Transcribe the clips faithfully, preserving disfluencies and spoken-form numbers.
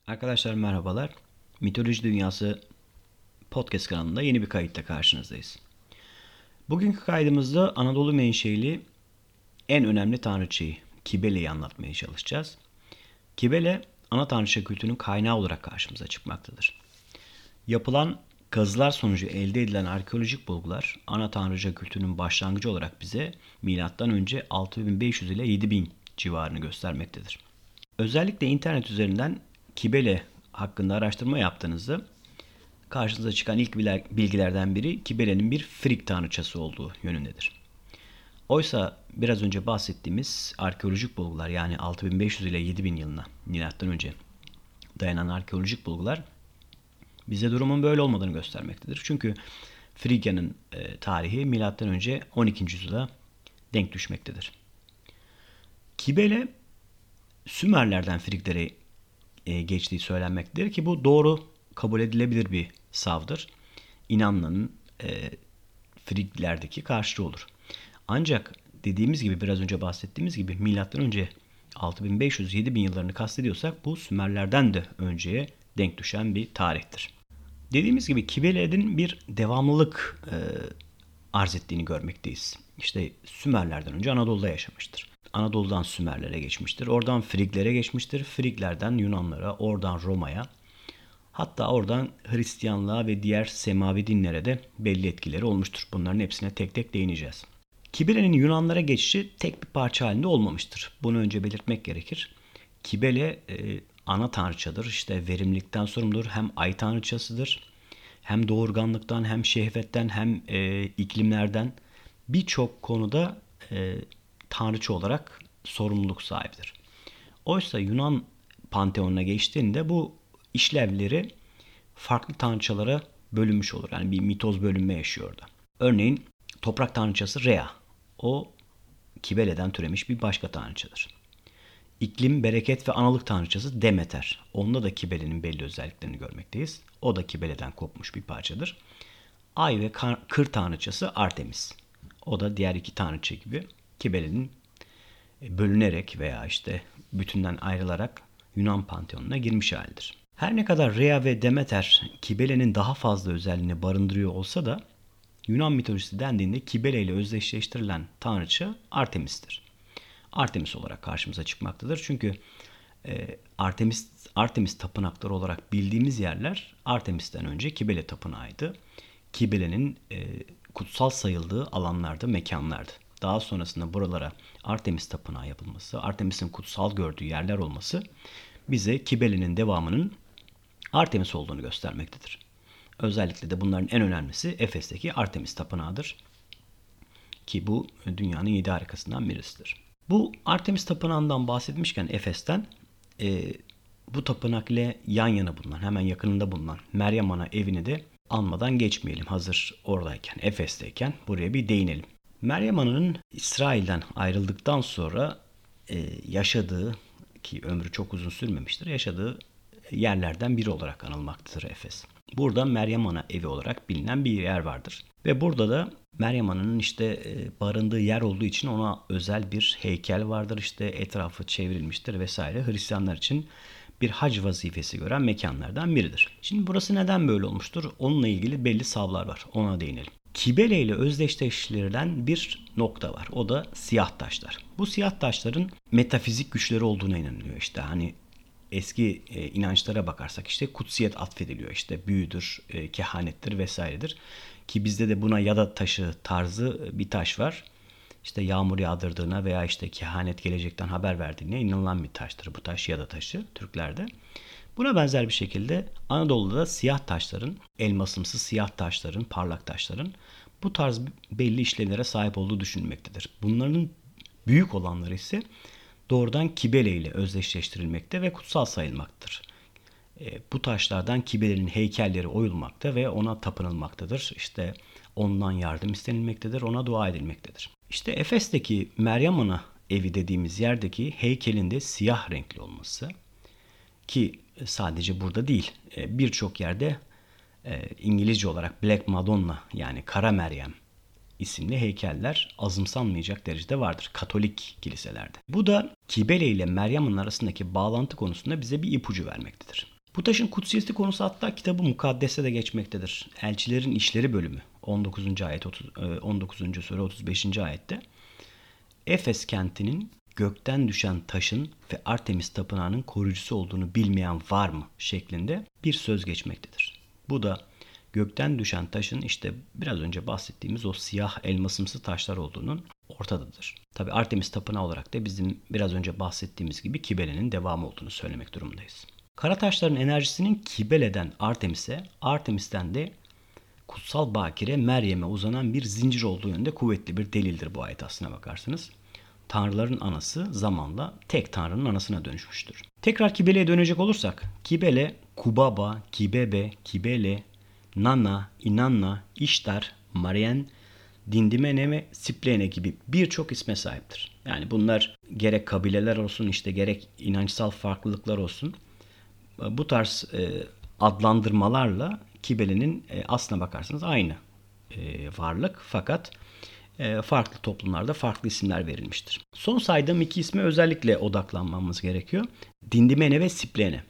Arkadaşlar merhabalar. Mitoloji Dünyası podcast kanalında yeni bir kayıtta karşınızdayız. Bugünkü kaydımızda Anadolu menşeli en önemli tanrıçayı Kibele'yi anlatmaya çalışacağız. Kibele ana tanrıça kültünün kaynağı olarak karşımıza çıkmaktadır. Yapılan kazılar sonucu elde edilen arkeolojik bulgular ana tanrıça kültünün başlangıcı olarak bize milattan önce altı bin beş yüz ile yedi bin civarını göstermektedir. Özellikle internet üzerinden Kibele hakkında araştırma yaptığınızda karşınıza çıkan ilk bilgilerden biri Kibele'nin bir Frig tanrıçası olduğu yönündedir. Oysa biraz önce bahsettiğimiz arkeolojik bulgular, yani altı bin beş yüz ile yedi bin yılına milattan önce dayanan arkeolojik bulgular bize durumun böyle olmadığını göstermektedir. Çünkü Frigya'nın e, tarihi milattan önce on ikinci yüzyıla denk düşmektedir. Kibele Sümerlerden Friglere e, geçtiği söylenmektedir ki bu doğru kabul edilebilir bir savdır. İnanlanın e, Friglerdeki karşılığı olur. Ancak dediğimiz gibi, biraz önce bahsettiğimiz gibi milattan önce altı bin beş yüz yedi bin yıllarını kastediyorsak bu Sümerlerden de önceye denk düşen bir tarihtir. Dediğimiz gibi Kibele'nin bir devamlılık e, arz ettiğini görmekteyiz. İşte Sümerlerden önce Anadolu'da yaşamıştır. Anadolu'dan Sümerlere geçmiştir. Oradan Friglere geçmiştir. Friglerden Yunanlara, oradan Roma'ya, hatta oradan Hristiyanlığa ve diğer semavi dinlere de belli etkileri olmuştur. Bunların hepsine tek tek değineceğiz. Kibele'nin Yunanlara geçişi tek bir parça halinde olmamıştır. Bunu önce belirtmek gerekir. Kibele e, ana tanrıçadır. İşte verimlilikten sorumludur. Hem ay tanrıçasıdır. Hem doğurganlıktan, hem şehvetten, hem e, iklimlerden birçok konuda e, tanrıça olarak sorumluluk sahibidir. Oysa Yunan panteonuna geçtiğinde bu işlevleri farklı tanrıçalara bölünmüş olur. Yani bir mitoz bölünme yaşıyor orada. Örneğin toprak tanrıçası Rhea. O Kibele'den türemiş bir başka tanrıçadır. İklim, bereket ve analık tanrıçası Demeter. Onda da Kibele'nin belli özelliklerini görmekteyiz. O da Kibele'den kopmuş bir parçadır. Ay ve kır tanrıçası Artemis. O da diğer iki tanrıça gibi Kibele'nin bölünerek veya işte bütünden ayrılarak Yunan panteonuna girmiş halidir. Her ne kadar Rhea ve Demeter Kibele'nin daha fazla özelliğini barındırıyor olsa da Yunan mitolojisi dendiğinde Kibele ile özdeşleştirilen tanrıça Artemis'tir. Artemis olarak karşımıza çıkmaktadır. Çünkü e, Artemis Artemis tapınakları olarak bildiğimiz yerler Artemis'ten önce Kibele tapınağıydı. Kibele'nin e, kutsal sayıldığı alanlardı, mekanlardı. Daha sonrasında buralara Artemis tapınağı yapılması, Artemis'in kutsal gördüğü yerler olması bize Kibele'nin devamının Artemis olduğunu göstermektedir. Özellikle de bunların en önemlisi Efes'teki Artemis tapınağıdır. Ki bu dünyanın yedi harikasından birisidir. Bu Artemis tapınağından bahsetmişken Efes'ten e, bu tapınak ile yan yana bulunan, hemen yakınında bulunan Meryem Ana evini de anmadan geçmeyelim. Hazır oradayken, Efes'teyken buraya bir değinelim. Meryem Ana'nın İsrail'den ayrıldıktan sonra e, yaşadığı, ki ömrü çok uzun sürmemiştir, yaşadığı yerlerden biri olarak anılmaktadır Efes. Burada Meryem Ana evi olarak bilinen bir yer vardır. Ve burada da Meryem Ana'nın işte barındığı yer olduğu için ona özel bir heykel vardır. İşte etrafı çevrilmiştir vesaire. Hristiyanlar için bir hac vazifesi gören mekanlardan biridir. Şimdi burası neden böyle olmuştur? Onunla ilgili belli savlar var. Ona değinelim. Kibele ile özdeşleştirilen bir nokta var. O da siyah taşlar. Bu siyah taşların metafizik güçleri olduğuna inanılıyor. İşte hani eski e, inançlara bakarsak işte kutsiyet atfediliyor. İşte büyüdür, e, kehanettir vesairedir. Ki bizde de buna yada taşı tarzı bir taş var. İşte yağmur yağdırdığına veya işte kehanet gelecekten haber verdiğine inanılan bir taştır bu taş, yada taşı Türklerde. Buna benzer bir şekilde Anadolu'da da siyah taşların, elmasımsı siyah taşların, parlak taşların bu tarz belli işlevlere sahip olduğu düşünülmektedir. Bunların büyük olanları ise doğrudan Kibele ile özdeşleştirilmekte ve kutsal sayılmaktadır. E, bu taşlardan Kibele'nin heykelleri oyulmakta ve ona tapınılmaktadır. İşte ondan yardım istenilmektedir, ona dua edilmektedir. İşte Efes'teki Meryem Ana evi dediğimiz yerdeki heykelin de siyah renkli olması, ki sadece burada değil, e, birçok yerde e, İngilizce olarak Black Madonna, yani Kara Meryem isimli heykeller azımsanmayacak derecede vardır Katolik kiliselerde. Bu da Kibele ile Meryem'in arasındaki bağlantı konusunda bize bir ipucu vermektedir. Bu taşın kutsiyeti konusu hatta kitabı Mukaddes'e de geçmektedir. Elçilerin İşleri bölümü on dokuzuncu ayet on dokuzuncu sure otuz beşinci ayette Efes kentinin gökten düşen taşın ve Artemis tapınağının koruyucusu olduğunu bilmeyen var mı şeklinde bir söz geçmektedir. Bu da gökten düşen taşın işte biraz önce bahsettiğimiz o siyah elmasımsı taşlar olduğunun ortadadır. Tabi Artemis tapınağı olarak da bizim biraz önce bahsettiğimiz gibi Kibele'nin devamı olduğunu söylemek durumundayız. Kara taşların enerjisinin Kibele'den Artemis'e, Artemis'ten de kutsal bakire Meryem'e uzanan bir zincir olduğu yönde kuvvetli bir delildir bu ayet aslına bakarsınız. Tanrıların anası zamanla tek tanrının anasına dönüşmüştür. Tekrar Kibele'ye dönecek olursak, Kibele, Kubaba, Kibebe, Kibele, Nana, İnanna, İştar, Marien, Dindimene ve Siplene gibi birçok isme sahiptir. Yani bunlar gerek kabileler olsun işte gerek inançsal farklılıklar olsun bu tarz e, adlandırmalarla Kibele'nin e, aslına bakarsanız aynı e, varlık fakat e, farklı toplumlarda farklı isimler verilmiştir. Son saydığım iki isme özellikle odaklanmamız gerekiyor. Dindimene ve Siplene.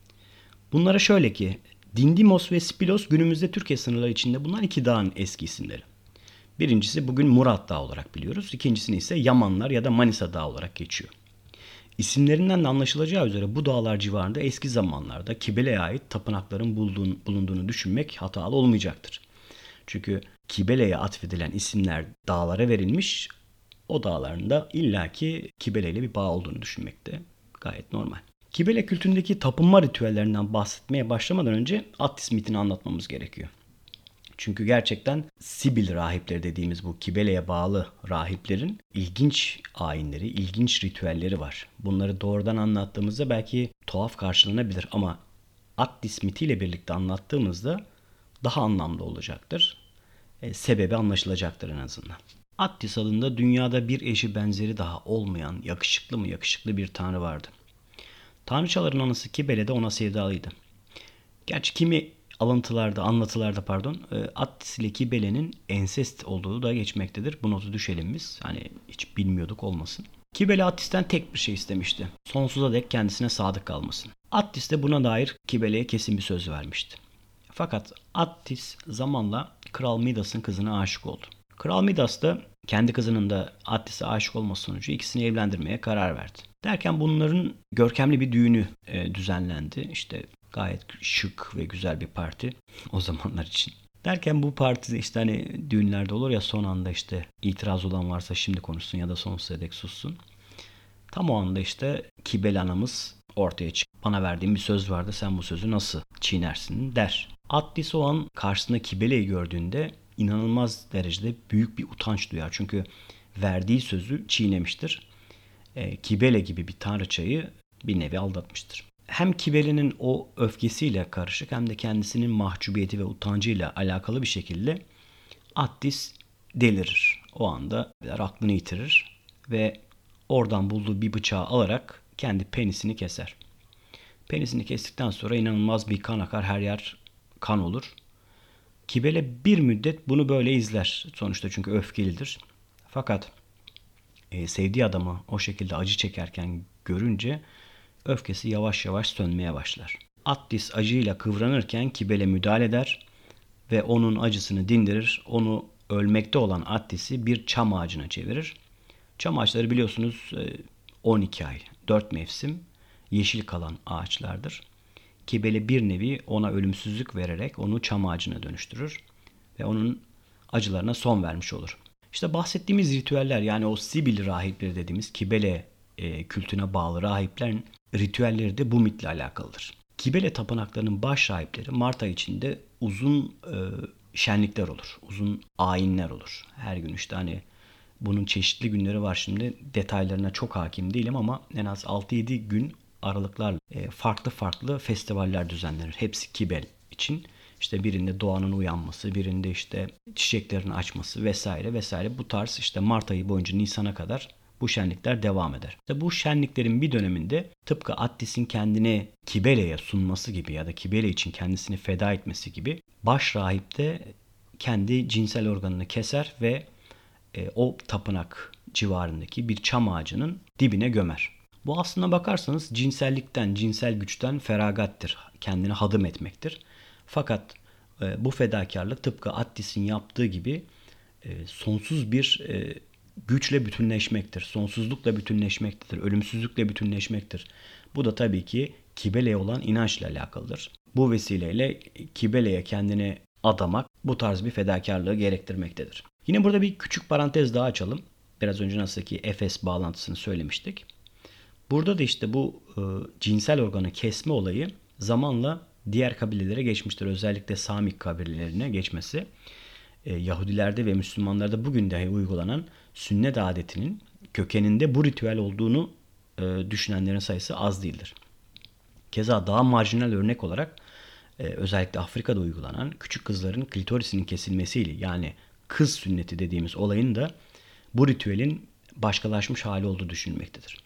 Bunlara şöyle ki Dindimos ve Spilos günümüzde Türkiye sınırları içinde bulunan iki dağın eski isimleri. Birincisi bugün Murat Dağı olarak biliyoruz. İkincisini ise Yamanlar ya da Manisa Dağı olarak geçiyor. İsimlerinden de anlaşılacağı üzere bu dağlar civarında eski zamanlarda Kibele'ye ait tapınakların bulunduğunu düşünmek hatalı olmayacaktır. Çünkü Kibele'ye atfedilen isimler dağlara verilmiş, o dağların da illaki Kibele ile bir bağ olduğunu düşünmek de gayet normal. Kibele kültüründeki tapınma ritüellerinden bahsetmeye başlamadan önce Attis mitini anlatmamız gerekiyor. Çünkü gerçekten Sibil rahipleri dediğimiz bu Kibele'ye bağlı rahiplerin ilginç ayinleri, ilginç ritüelleri var. Bunları doğrudan anlattığımızda belki tuhaf karşılanabilir ama Attis mitiyle birlikte anlattığımızda daha anlamlı olacaktır. E, sebebi anlaşılacaktır en azından. Attis adında dünyada bir eşi benzeri daha olmayan yakışıklı mı yakışıklı bir tanrı vardı. Tanrıçaların anası Kibele de ona sevdalıydı. Gerçi kimi alıntılarda, anlatılarda pardon, Attis ile Kibele'nin ensest olduğu da geçmektedir. Bu notu düşelim biz. Hani hiç bilmiyorduk olmasın. Kibele Attis'ten tek bir şey istemişti. Sonsuza dek kendisine sadık kalmasın. Attis de buna dair Kibele'ye kesin bir söz vermişti. Fakat Attis zamanla Kral Midas'ın kızına aşık oldu. Kral Midas da kendi kızının da Attis'e aşık olması sonucu ikisini evlendirmeye karar verdi. Derken bunların görkemli bir düğünü e, düzenlendi. İşte gayet şık ve güzel bir parti o zamanlar için. Derken bu partide işte hani düğünlerde olur ya son anda işte itiraz olan varsa şimdi konuşsun ya da sonsuza dek sussun. Tam o anda işte Kibele anamız ortaya çık. Bana verdiğin bir söz vardı sen bu sözü nasıl çiğnersin der. Attis o an karşısında Kibele'yi gördüğünde inanılmaz derecede büyük bir utanç duyar. Çünkü verdiği sözü çiğnemiştir. E, Kibele gibi bir tanrıçayı bir nevi aldatmıştır. Hem Kibele'nin o öfkesiyle karışık hem de kendisinin mahcubiyeti ve utancıyla alakalı bir şekilde Attis delirir. O anda aklını yitirir ve oradan bulduğu bir bıçağı alarak kendi penisini keser. Penisini kestikten sonra inanılmaz bir kan akar, her yer kan olur. Kibele bir müddet bunu böyle izler. Sonuçta çünkü öfkelidir. Fakat e, sevdiği adamı o şekilde acı çekerken görünce öfkesi yavaş yavaş sönmeye başlar. Attis acıyla kıvranırken Kibele müdahale eder ve onun acısını dindirir. Onu ölmekte olan Attis'i bir çam ağacına çevirir. Çam ağaçları biliyorsunuz on iki ay, dört mevsim yeşil kalan ağaçlardır. Kibele bir nevi ona ölümsüzlük vererek onu çam ağacına dönüştürür ve onun acılarına son vermiş olur. İşte bahsettiğimiz ritüeller yani o Sibil rahipleri dediğimiz Kibele e, kültüne bağlı rahiplerin ritüelleri de bu mitle alakalıdır. Kibele tapınaklarının baş rahipleri Mart ayı içinde uzun e, şenlikler olur. Uzun ayinler olur. Her gün işte hani bunun çeşitli günleri var şimdi. Detaylarına çok hakim değilim ama en az altı yedi gün aralıklarla e, farklı farklı festivaller düzenlenir. Hepsi Kibel için. İşte birinde doğanın uyanması, birinde işte çiçeklerin açması vesaire vesaire. Bu tarz işte Mart ayı boyunca Nisan'a kadar bu şenlikler devam eder. İşte bu şenliklerin bir döneminde tıpkı Attis'in kendini Kibele'ye sunması gibi ya da Kibele için kendisini feda etmesi gibi baş rahip de kendi cinsel organını keser ve e, o tapınak civarındaki bir çam ağacının dibine gömer. Bu aslına bakarsanız cinsellikten, cinsel güçten feragattır. Kendini hadım etmektir. Fakat e, bu fedakarlık tıpkı Attis'in yaptığı gibi e, sonsuz bir e, güçle bütünleşmektir. Sonsuzlukla bütünleşmektir. Ölümsüzlükle bütünleşmektir. Bu da tabii ki Kibele'ye olan inançla alakalıdır. Bu vesileyle Kibele'ye kendini adamak bu tarz bir fedakarlığı gerektirmektedir. Yine burada bir küçük parantez daha açalım. Biraz önce nasıl ki Efes bağlantısını söylemiştik. Burada da işte bu e, cinsel organı kesme olayı zamanla diğer kabilelere geçmiştir. Özellikle Samik kabilelerine geçmesi e, Yahudilerde ve Müslümanlarda bugün dahi uygulanan sünnet adetinin kökeninde bu ritüel olduğunu e, düşünenlerin sayısı az değildir. Keza daha marjinal örnek olarak e, özellikle Afrika'da uygulanan küçük kızların klitorisinin kesilmesiyle yani kız sünneti dediğimiz olayın da bu ritüelin başkalaşmış hali olduğu düşünülmektedir.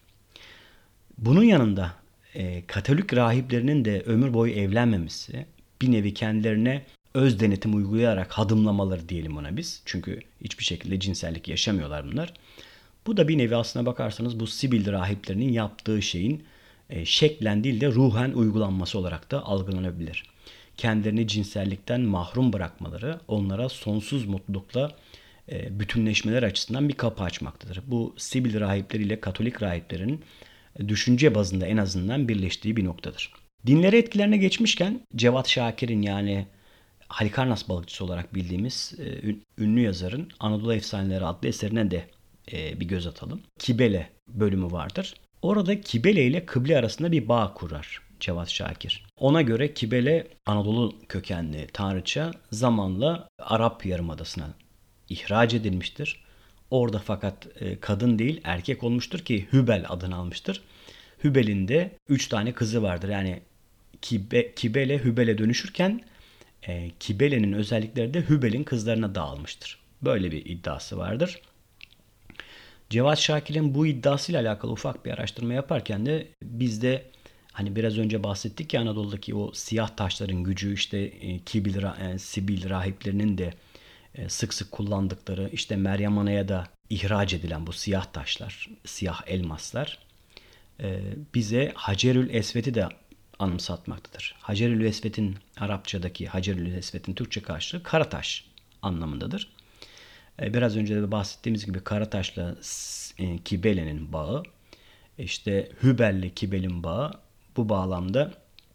Bunun yanında e, Katolik rahiplerinin de ömür boyu evlenmemesi, bir nevi kendilerine öz denetim uygulayarak hadımlamaları diyelim ona biz. Çünkü hiçbir şekilde cinsellik yaşamıyorlar bunlar. Bu da bir nevi aslına bakarsanız bu Sibil rahiplerinin yaptığı şeyin e, şeklen değil de ruhen uygulanması olarak da algılanabilir. Kendilerini cinsellikten mahrum bırakmaları onlara sonsuz mutlulukla e, bütünleşmeler açısından bir kapı açmaktadır. Bu Sibil rahipleri ile Katolik rahiplerin düşünce bazında en azından birleştiği bir noktadır. Dinlere etkilerine geçmişken Cevat Şakir'in yani Halikarnas balıkçısı olarak bildiğimiz e, ünlü yazarın Anadolu Efsaneleri adlı eserine de e, bir göz atalım. Kibele bölümü vardır. Orada Kibele ile kıble arasında bir bağ kurar Cevat Şakir. Ona göre Kibele Anadolu kökenli tanrıça zamanla Arap Yarımadası'na ihraç edilmiştir. Orada fakat kadın değil erkek olmuştur ki Hübel adını almıştır. Hübel'in de üç tane kızı vardır. Yani Kibe, Kibele Hübel'e dönüşürken e, Kibele'nin özellikleri de Hübel'in kızlarına dağılmıştır. Böyle bir iddiası vardır. Cevat Şakir'in bu iddiasıyla alakalı ufak bir araştırma yaparken de bizde hani biraz önce bahsettik ya Anadolu'daki o siyah taşların gücü işte e, Kibil, e, Sibil rahiplerinin de sık sık kullandıkları işte Meryem Ana'ya da ihraç edilen bu siyah taşlar, siyah elmaslar bize Hacerül Esved'i de anımsatmaktadır. Hacerül Esved'in Arapçadaki Hacerül Esved'in Türkçe karşılığı Karataş anlamındadır. Biraz önce de bahsettiğimiz gibi Karataş'la Kibele'nin bağı, işte Hübel'le Kibel'in bağı bu bağlamda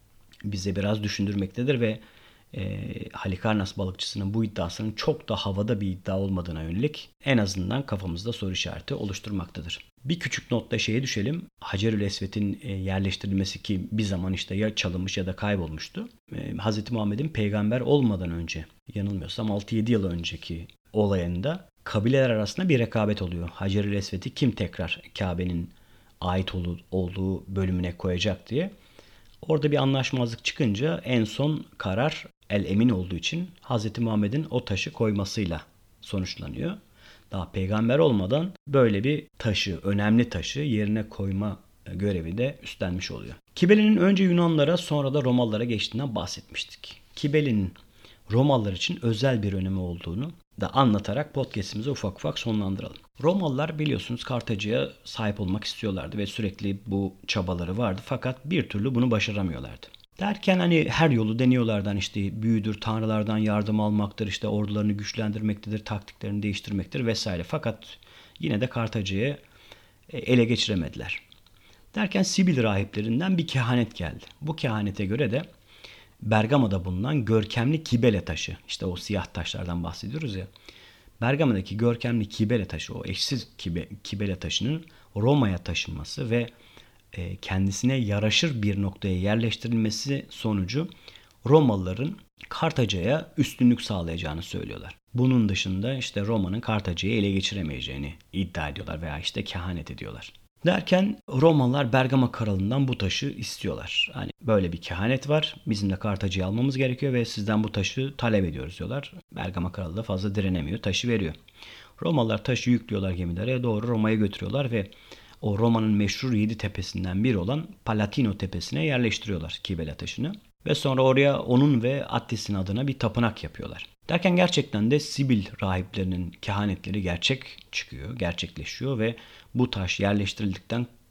bize biraz düşündürmektedir ve e, Halikarnas balıkçısının bu iddiasının çok da havada bir iddia olmadığına yönelik en azından kafamızda soru işareti oluşturmaktadır. Bir küçük notla şeye düşelim. Hacerül Esved'in e, yerleştirilmesi ki bir zaman işte ya çalınmış ya da kaybolmuştu. E, Hz. Muhammed'in peygamber olmadan önce yanılmıyorsam altı yedi yıl önceki olayında kabileler arasında bir rekabet oluyor. Hacerül Esved'i kim tekrar Kabe'nin ait olduğu bölümüne koyacak diye. Orada bir anlaşmazlık çıkınca en son karar el emin olduğu için Hz. Muhammed'in o taşı koymasıyla sonuçlanıyor. Daha peygamber olmadan böyle bir taşı, önemli taşı yerine koyma görevi de üstlenmiş oluyor. Kibele'nin önce Yunanlara sonra da Romalılara geçtiğinden bahsetmiştik. Kibele'nin Romalılar için özel bir önemi olduğunu da anlatarak podcast'imizi ufak ufak sonlandıralım. Romalılar biliyorsunuz Kartaca'ya sahip olmak istiyorlardı ve sürekli bu çabaları vardı fakat bir türlü bunu başaramıyorlardı. Derken hani her yolu deniyorlardan işte büyüdür, tanrılardan yardım almaktır, işte ordularını güçlendirmektedir, taktiklerini değiştirmektir vesaire. Fakat yine de Kartaca'ya ele geçiremediler. Derken Sibil rahiplerinden bir kehanet geldi. Bu kehanete göre de Bergama'da bulunan görkemli Kibele taşı, işte o siyah taşlardan bahsediyoruz ya. Bergama'daki görkemli Kibele taşı, o eşsiz Kibe, Kibele taşının Roma'ya taşınması ve e, kendisine yaraşır bir noktaya yerleştirilmesi sonucu Romalıların Kartaca'ya üstünlük sağlayacağını söylüyorlar. Bunun dışında işte Roma'nın Kartaca'yı ele geçiremeyeceğini iddia ediyorlar veya işte kehanet ediyorlar. Derken Romalılar Bergama kralından bu taşı istiyorlar. Hani böyle bir kehanet var. Bizim de Kartaca'yı almamız gerekiyor ve sizden bu taşı talep ediyoruz diyorlar. Bergama kralı da fazla direnemiyor. Taşı veriyor. Romalılar taşı yüklüyorlar gemilere. Doğru Roma'ya götürüyorlar ve o Roma'nın meşhur yedi tepesinden biri olan Palatino tepesine yerleştiriyorlar Kibele taşını. Ve sonra oraya onun ve Attis'in adına bir tapınak yapıyorlar. Derken gerçekten de Sibil rahiplerinin kehanetleri gerçek çıkıyor, gerçekleşiyor ve bu taş yerleştirildikten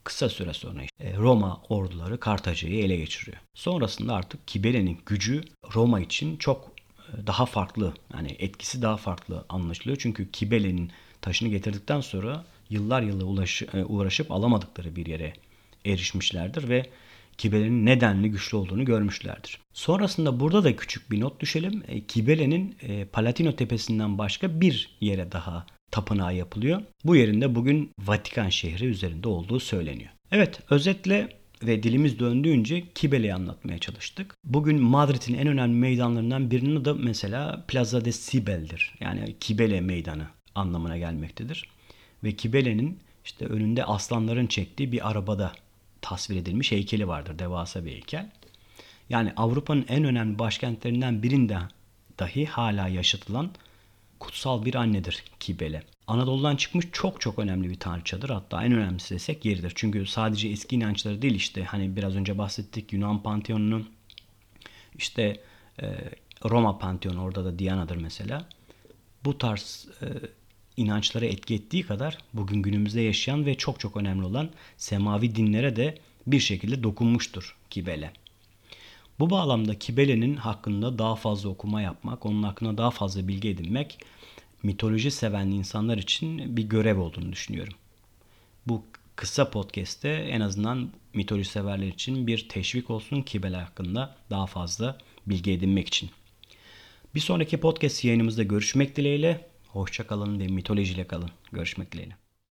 Kısa süre sonra işte Roma orduları Kartaca'yı ele geçiriyor. Sonrasında artık Kibele'nin gücü Roma için çok daha farklı, yani etkisi daha farklı anlaşılıyor. Çünkü Kibele'nin taşını getirdikten sonra yıllar yılı ulaş, uğraşıp alamadıkları bir yere erişmişlerdir ve Kibele'nin nedenli güçlü olduğunu görmüşlerdir. Sonrasında burada da küçük bir not düşelim. Kibele'nin Palatino Tepesi'nden başka bir yere daha tapınağı yapılıyor. Bu yerin de bugün Vatikan şehri üzerinde olduğu söyleniyor. Evet, özetle ve dilimiz döndüğünce Kibele'yi anlatmaya çalıştık. Bugün Madrid'in en önemli meydanlarından birinin de mesela Plaza de Sibel'dir. Yani Kibele meydanı anlamına gelmektedir. Ve Kibele'nin işte önünde aslanların çektiği bir arabada tasvir edilmiş heykeli vardır. Devasa bir heykel. Yani Avrupa'nın en önemli başkentlerinden birinde dahi hala yaşatılan kutsal bir annedir Kibele. Anadolu'dan çıkmış çok çok önemli bir tanrıçadır. Hatta en önemlisi desek yeridir. Çünkü sadece eski inançları değil, işte hani biraz önce bahsettik Yunan Panteonu'nun, işte e, Roma Panteonu, orada da Diana'dır mesela. Bu tarz e, inançlara etki ettiği kadar bugün günümüzde yaşayan ve çok çok önemli olan semavi dinlere de bir şekilde dokunmuştur Kibele. Bu bağlamda Kibele'nin hakkında daha fazla okuma yapmak, onun hakkında daha fazla bilgi edinmek mitoloji seven insanlar için bir görev olduğunu düşünüyorum. Bu kısa podcast'te en azından mitoloji severler için bir teşvik olsun Kibele hakkında daha fazla bilgi edinmek için. Bir sonraki podcast yayınımızda görüşmek dileğiyle. Hoşça kalın ve mitolojiyle kalın. Görüşmek dileğiyle.